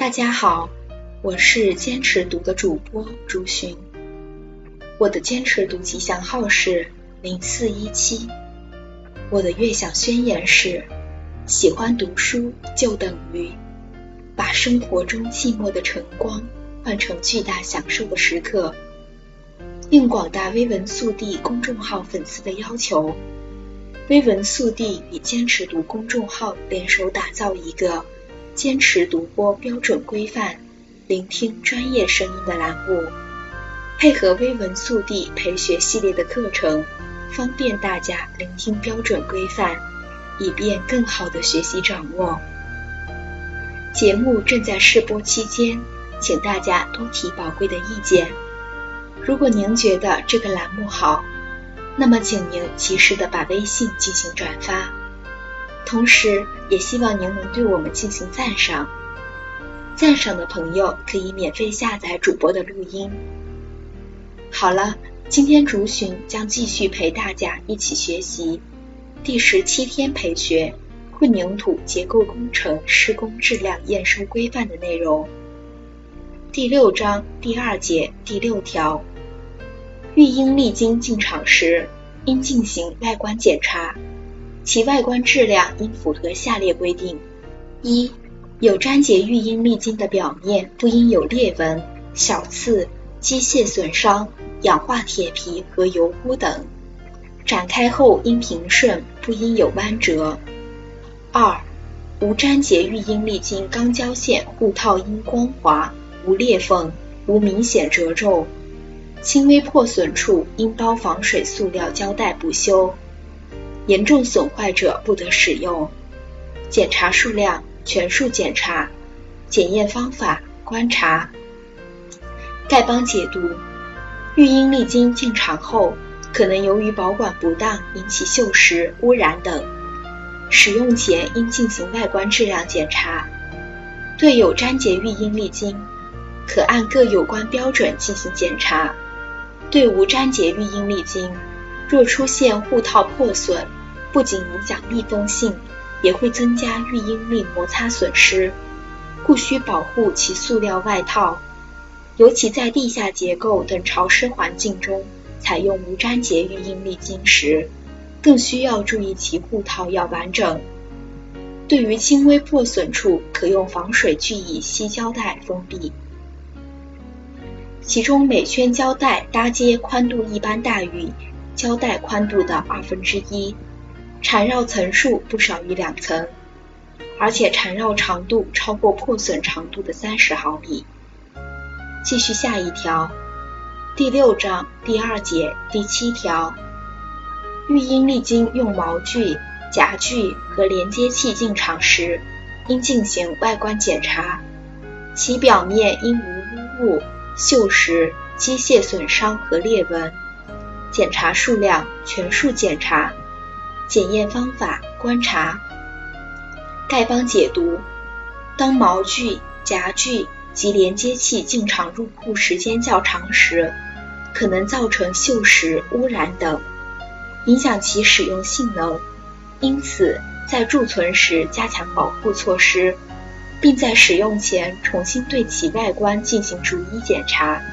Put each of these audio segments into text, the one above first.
大家好，我是坚持读的主播朱寻，我的坚持读吉祥号是0417，我的悦享宣言是：喜欢读书就等于把生活中寂寞的晨光换成巨大享受的时刻。应广大微文速递公众号粉丝的要求，微文速递与坚持读公众号联手打造一个坚持读播标准规范，聆听专业声音的栏目，配合微文速递陪学系列的课程，方便大家聆听标准规范，以便更好的学习掌握。节目正在试播期间，请大家多提宝贵的意见。如果您觉得这个栏目好，那么请您及时的把微信进行转发，同时也希望您能对我们进行赞赏。赞赏的朋友可以免费下载主播的录音。好了，今天竹寻将继续陪大家一起学习第17天陪学混凝土结构工程施工质量验收规范的内容。第6章第2节第6条，育婴沥金进场时应进行外观检查，其外观质量应符合下列规定：一、有粘结育婴沥金的表面不应有裂纹、小刺、机械损伤、氧化铁皮和油污等，展开后应平顺，不应有弯折。二、无粘结育婴沥金钢胶线护套应光滑，无裂缝，无明显褶皱，轻微破损处应包防水塑料胶带补修，严重损坏者不得使用。检查数量全数检查，检验方法观察。丐帮解读：育婴沥金进场后，可能由于保管不当引起锈蚀、污染等，使用前应进行外观质量检查。对有粘结育婴沥金，可按各有关标准进行检查。对无粘结育婴沥金，若出现护套破损，不仅影响密封性，也会增加育婴沥摩擦损失，故需保护其塑料外套，尤其在地下结构等潮湿环境中采用无粘结育婴沥金时，更需要注意其护套要完整。对于轻微破损处，可用防水聚乙烯胶带封闭。其中每圈胶带搭接宽度一般大于胶带宽度的1/2，缠绕层数不少于2层，而且缠绕长度超过破损长度的30毫米。继续下一条，第6章第2节第7条，育婴沥金用毛具、夹具和连接器进场时，应进行外观检查，其表面应无污物、锈蚀、机械损伤和裂纹。检查数量全数检查，检验方法观察。丐帮解读：当毛具、夹具及连接器进场入库时间较长时，可能造成锈蚀、污染等，影响其使用性能，因此在贮存时加强保护措施，并在使用前重新对其外观进行逐一检查。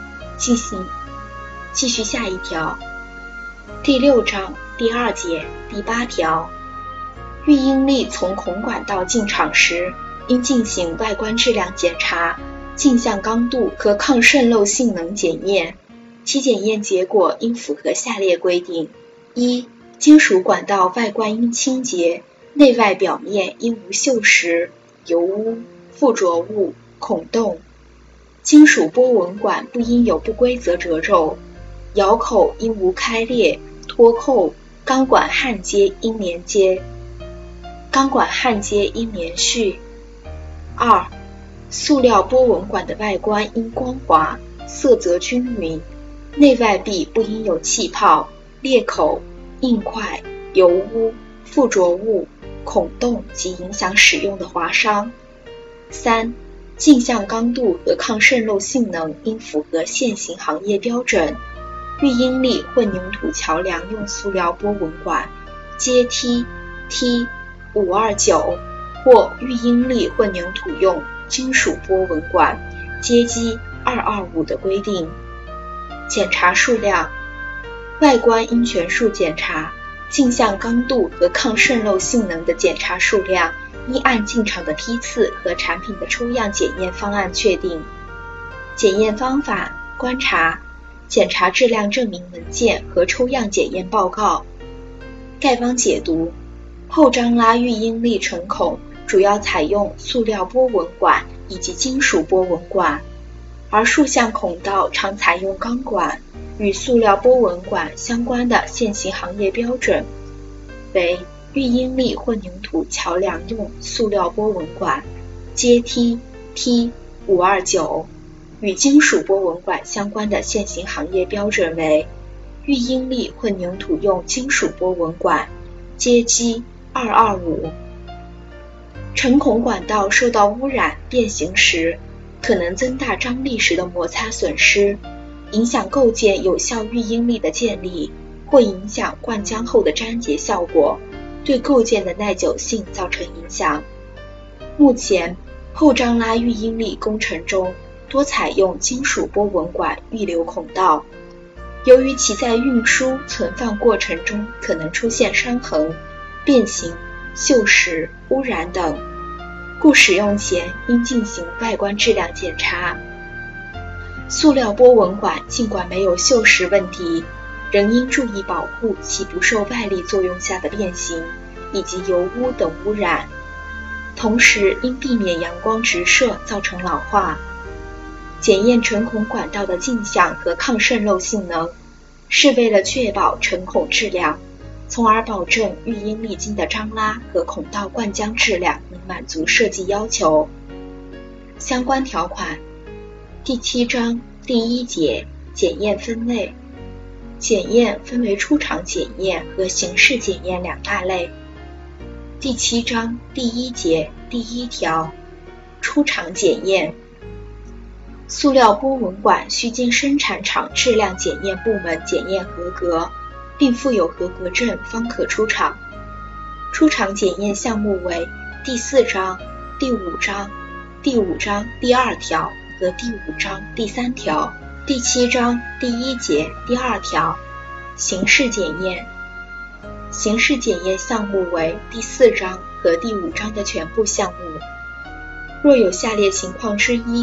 继续下一条，第6章第2节第8条，育婴沥从孔管道进场时，应进行外观质量检查、径向刚度和抗渗漏性能检验，其检验结果应符合下列规定：一、金属管道外观应清洁，内外表面应无锈蚀、油污、附着物、孔洞，金属波纹管不应有不规则褶皱，咬口应无开裂、脱扣，钢管焊接应连接，钢管焊接应连续。2、塑料波纹管的外观应光滑，色泽均匀，内外壁不应有气泡、裂口、硬块、油污、附着物、孔洞及影响使用的划伤。3、径向刚度和抗渗漏性能应符合现行行业标准。育婴沥混凝土桥梁用塑料波纹管阶梯 T529 或育婴沥混凝土用金属波纹管接机225的规定。检查数量，外观应全数检查，镜像刚度和抗渗漏性能的检查数量应按进场的批次和产品的抽样检验方案确定。检验方法，观察，检查质量证明文件和抽样检验报告。丐帮解读，后张拉预应力成孔主要采用塑料波纹管以及金属波纹管，而竖向孔道常采用钢管。与塑料波纹管相关的现行行业标准为预应力混凝土桥梁用塑料波纹管阶梯 T529， 与金属波纹管相关的现行行业标准为预应力混凝土用金属波纹管阶机225。成孔管道受到污染变形时，可能增大张力时的摩擦损失，影响构件有效预应力的建立，或影响灌浆后的粘结效果，对构件的耐久性造成影响。目前，后张拉预应力工程中多采用金属波纹管预留孔道，由于其在运输存放过程中可能出现伤痕、变形、锈蚀、污染等，故使用前应进行外观质量检查。塑料波纹管尽管没有锈蚀问题，仍应注意保护其不受外力作用下的变形以及油污等污染，同时应避免阳光直射造成老化。检验成孔管道的镜像和抗渗漏性能，是为了确保成孔质量，从而保证预应力筋的张拉和孔道灌浆质量能满足设计要求。相关条款，第7章第1节检验分类。检验分为出厂检验和形式检验两大类。第7章第1节第1条，出厂检验。塑料波纹管需经生产厂质量检验部门检验合格，并附有合格证方可出厂。出厂检验项目为第4章、第5章、第5章第2条和第5章第3条、第7章第1节第2条。形式检验。形式检验项目为第4章和第5章的全部项目。若有下列情况之一，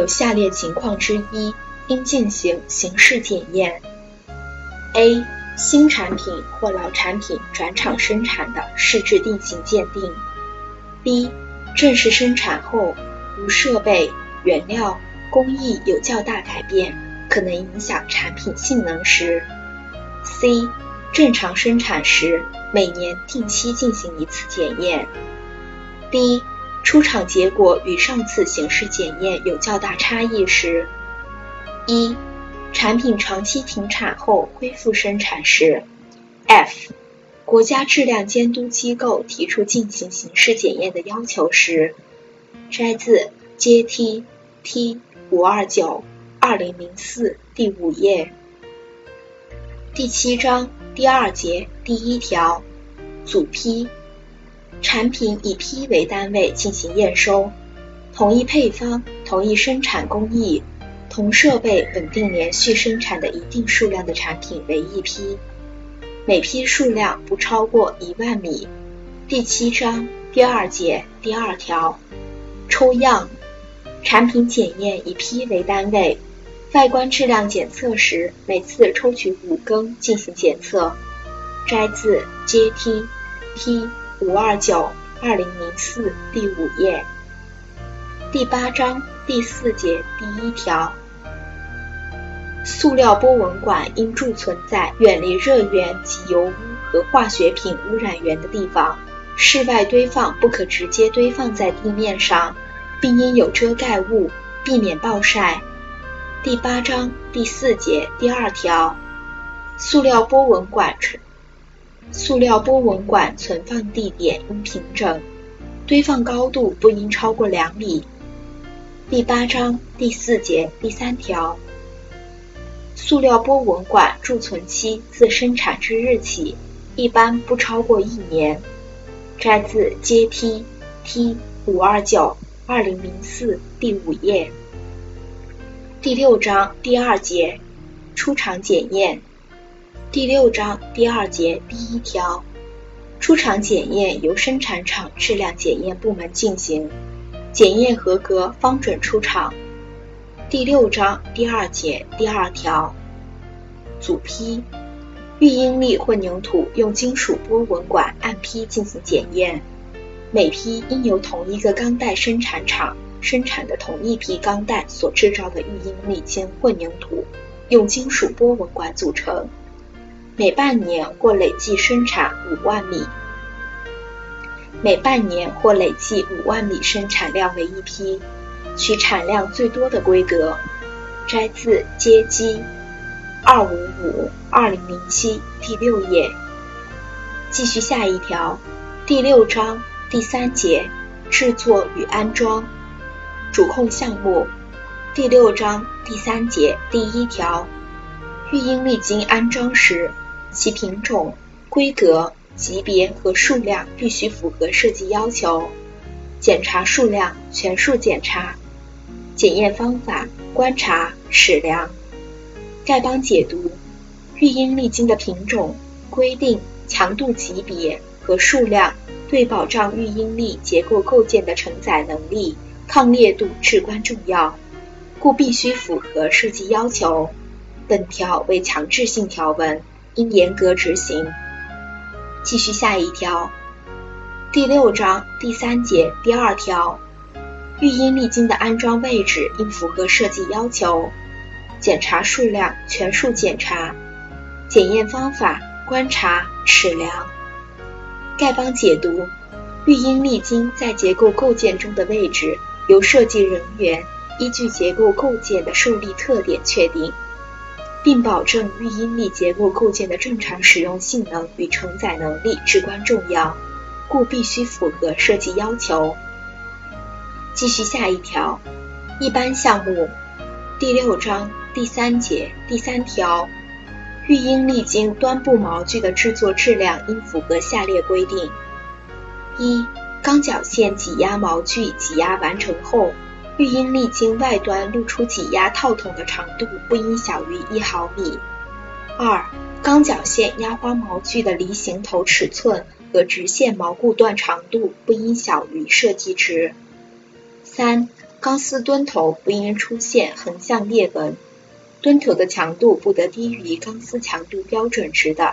应进行形式检验。A. 新产品或老产品转厂生产的试制定型鉴定。B. 正式生产后，无设备、原料、工艺有较大改变，可能影响产品性能时。C. 正常生产时，每年定期进行一次检验。D. 出厂结果与上次形式检验有较大差异时。1. 产品长期停产后恢复生产时。F. 国家质量监督机构提出进行形式检验的要求时。摘自阶梯 T529 2004第5页。第7章第2节第1条，组批。产品以批为单位进行验收，同一配方、同一生产工艺、同设备稳定连续生产的一定数量的产品为一批，每批数量不超过1万米。第7章第2节第2条，抽样。产品检验以批为单位，外观质量检测时，每次抽取5根进行检测。摘自阶梯 T529 2004第5页。第8章第4节第1条，塑料波纹管应贮存在远离热源及油污和化学品污染源的地方，室外堆放不可直接堆放在地面上，并应有遮盖物，避免暴晒。第8章第4节第2条，塑料波纹管存放地点应平整，堆放高度不应超过2米。第8章第4节第3条，塑料波纹管贮存期自生产之日起，一般不超过1年。摘自阶梯 T529 2004第5页。第6章第2节出厂检验。第6章第2节第1条，出厂检验由生产厂质量检验部门进行，检验合格方准出厂。第6章第2节第2条，组批。预应力混凝土用金属波纹管按批进行检验，每批应由同一个钢带生产厂生产的同一批钢带所制造的预应力晶混凝土用金属波纹管组成，每半年或累计生产5万米，每半年或累计5万米生产量为一批，取产量最多的规格。摘自街机255-2007第6页。继续下一条。第6章第3节制作与安装。主控项目。第6章第3节第1条，预应力晶安装时，其品种、规格、级别和数量必须符合设计要求。检查数量全数检查。检验方法观察、尺量。丐帮解读。预应力晶的品种、规定、强度级别和数量对保障预应力结构构件的承载能力、抗裂度至关重要，故必须符合设计要求。本条为强制性条文，应严格执行。继续下一条。第6章第3节第2条，预应力晶的安装位置应符合设计要求。检查数量全数检查。检验方法观察、尺量。丐帮解读。预应力晶在结构构件中的位置由设计人员依据结构构件的受力特点确定，并保证预应力结构构件的正常使用性能与承载能力至关重要，故必须符合设计要求。继续下一条。一般项目。第6章第3节第3条，预应力晶端部毛具的制作质量应符合下列规定。1. 钢绞线挤压毛具挤压完成后，预应力晶外端露出挤压套筒的长度不应小于1毫米。2. 钢绞线压花毛具的离形头尺寸和直线毛固段长度不应小于设计值。3. 钢丝墩头不应出现横向裂纹，墩头的强度不得低于钢丝强度标准值的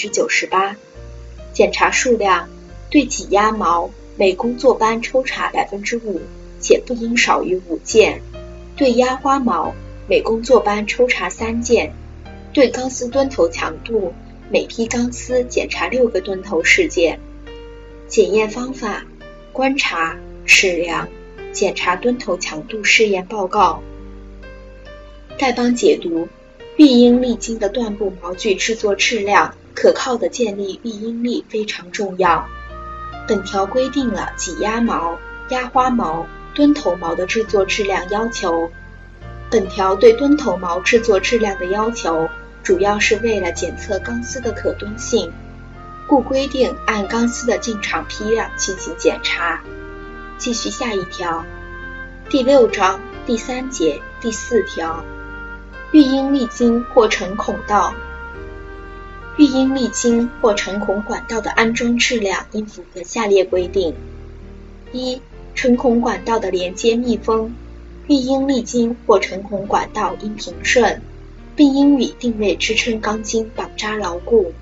98%。 检查数量，对挤压毛每工作班抽查 5%， 且不应少于5件；对压花毛每工作班抽查3件；对钢丝墩头强度，每批钢丝检查6个墩头事件。检验方法观察、尺量。检查墩头强度试验报告。丐帮解读。预应力晶的端部毛具制作质量可靠的建立预应力非常重要。本条规定了挤压毛、压花毛、墩头毛的制作质量要求。本条对墩头毛制作质量的要求主要是为了检测钢丝的可敦性，故规定按钢丝的进场批量进行检查。继续下一条。第6章第3节第4条，预应力晶或成孔道。预应力晶或成孔管道的安装质量应符合下列规定。1. 成孔管道的连接密封，预应力晶或成孔管道应平顺，并应与定位支撑钢筋绑扎牢固。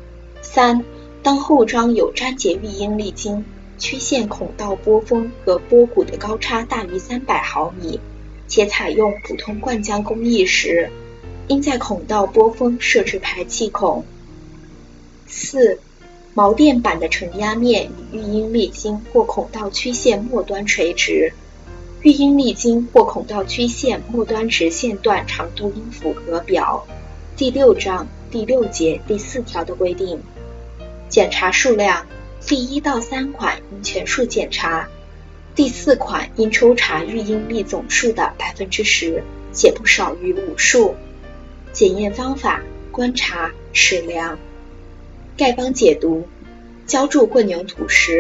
3. 当后装有粘结预应力晶，曲线孔道波峰和波谷的高差大于300毫米，且采用普通灌浆工艺时，应在孔道波峰设置排气孔。 4. 锚垫板的承压面与预应力晶或孔道曲线末端垂直，预应力晶或孔道曲线末端直线段长度应符合表第6章第6节第4条的规定。检查数量，第1到3款应全数检查，第4款应抽查预应力总数的 10%， 且不少于5数。检验方法观察、尺量。丐帮解读。浇筑混凝土时，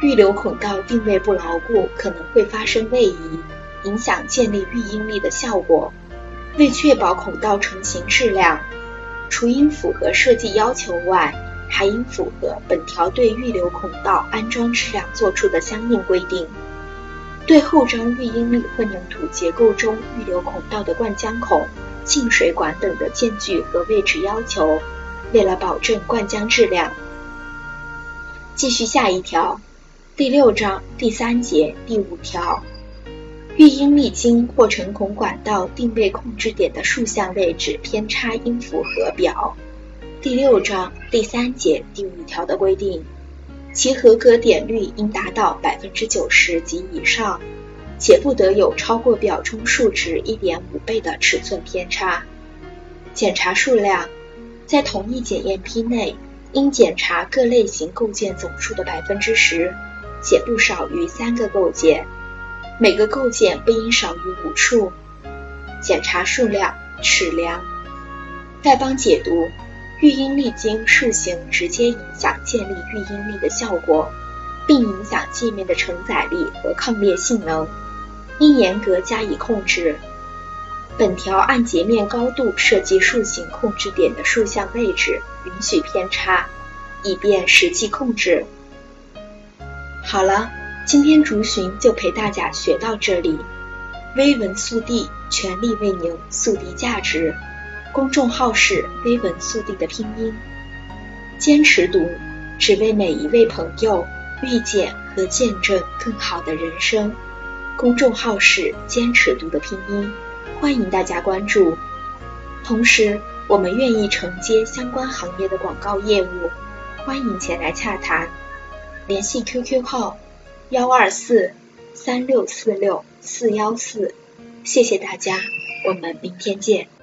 预留孔道定位不牢固，可能会发生位移，影响建立育婴力的效果。为确保孔道成型质量，除应符合设计要求外，还应符合本条对预留孔道安装质量作出的相应规定。对后装育婴力混凝土结构中预留孔道的灌浆孔、进水管等的间距和位置要求，为了保证灌浆质量。继续下一条，第6章第3节第5条，育婴力经或成孔管道定位控制点的竖向位置偏差应符合表。第6章第3节第5条的规定，其合格点率应达到 90% 及以上，且不得有超过表中数值 1.5 倍的尺寸偏差。检查数量，在同一检验批内，应检查各类型构件总数的 10%， 且不少于3个构件，每个构件不应少于5处。检查数量，尺量。丐帮解读，育婴力经塑形直接影响建立育婴力的效果，并影响界面的承载力和抗裂性能，应严格加以控制。本条按截面高度设计塑形控制点的竖向位置，允许偏差，以便实际控制。好了，今天竹寻就陪大家学到这里。微文速递，全力为您速递价值。公众号是微文速递的拼音。坚持读，只为每一位朋友遇见和见证更好的人生。公众号是坚持读的拼音，欢迎大家关注。同时，我们愿意承接相关行业的广告业务，欢迎前来洽谈。联系 QQ 号124-3646-414。谢谢大家，我们明天见。